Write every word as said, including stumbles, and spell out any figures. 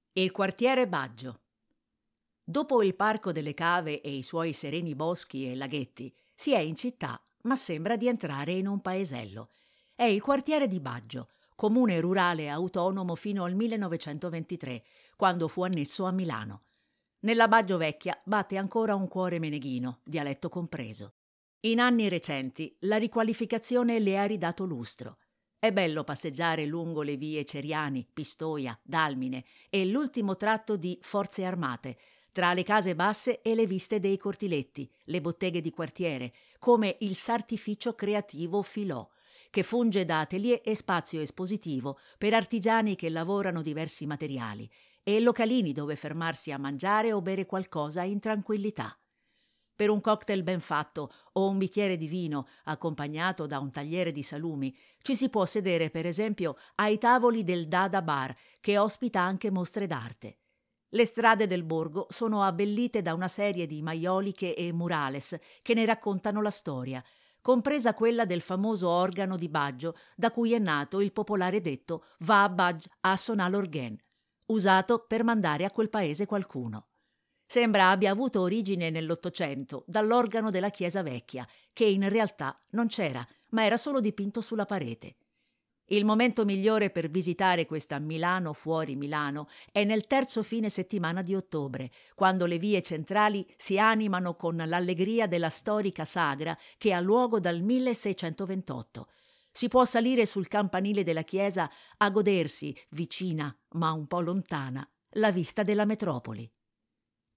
Il quartiere Baggio. Dopo il Parco delle Cave e i suoi sereni boschi e laghetti, si è in città, ma sembra di entrare in un paesello. È il quartiere di Baggio, comune rurale autonomo fino al millenovecentoventitré, quando fu annesso a Milano. Nella Baggio vecchia batte ancora un cuore meneghino, dialetto compreso. In anni recenti la riqualificazione le ha ridato lustro. È bello passeggiare lungo le vie Ceriani, Pistoia, Dalmine e l'ultimo tratto di Forze Armate, tra le case basse e le viste dei cortiletti, le botteghe di quartiere, come il Sartificio Creativo Filò, che funge da atelier e spazio espositivo per artigiani che lavorano diversi materiali, e localini dove fermarsi a mangiare o bere qualcosa in tranquillità. Per un cocktail ben fatto o un bicchiere di vino accompagnato da un tagliere di salumi ci si può sedere per esempio ai tavoli del Dada Bar, che ospita anche mostre d'arte. Le strade del borgo sono abbellite da una serie di maioliche e murales che ne raccontano la storia, compresa quella del famoso organo di Baggio da cui è nato il popolare detto «Va a Bagg a sonà l'orghen», usato per mandare a quel paese qualcuno. Sembra abbia avuto origine nell'Ottocento dall'organo della chiesa vecchia, che in realtà non c'era, ma era solo dipinto sulla parete. Il momento migliore per visitare questa Milano fuori Milano è nel terzo fine settimana di ottobre, quando le vie centrali si animano con l'allegria della storica sagra che ha luogo dal milleseicentoventotto. Si può salire sul campanile della chiesa a godersi, vicina ma un po' lontana, la vista della metropoli.